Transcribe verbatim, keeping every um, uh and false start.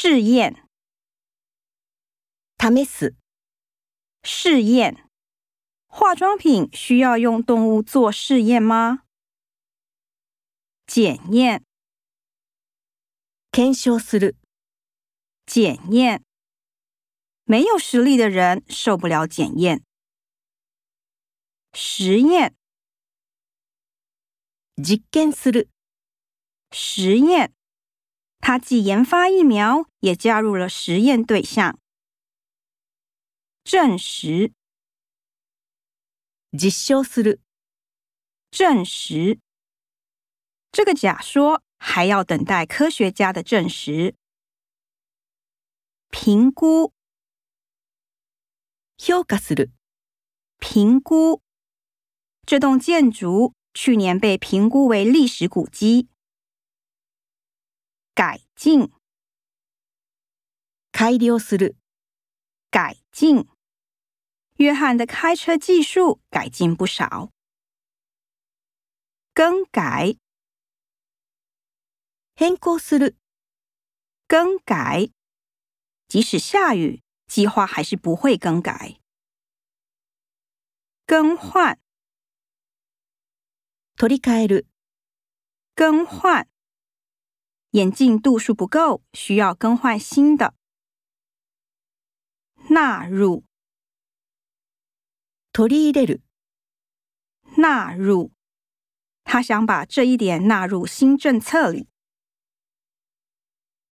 试验。 試す。 试验。化妆品需要用动物做试验吗？检验。 検証する。 检验。没有实力的人受不了检验。实验。 実験する。 实验。他既研发疫苗，也加入了实验对象。证实。 実証する。 证实。这个假说还要等待科学家的证实。评估。 評価する。 评估。这栋建筑去年被评估为历史古迹。改进。 改良する。 改进。约翰的开车技术改进不少。更改。 変更する。 更改。即使下雨，计划还是不会更改。更换。 取り替える。 更换。眼镜度数不够，需要更换新的。纳入。 取り入れる。 纳入。他想把这一点纳入新政策里。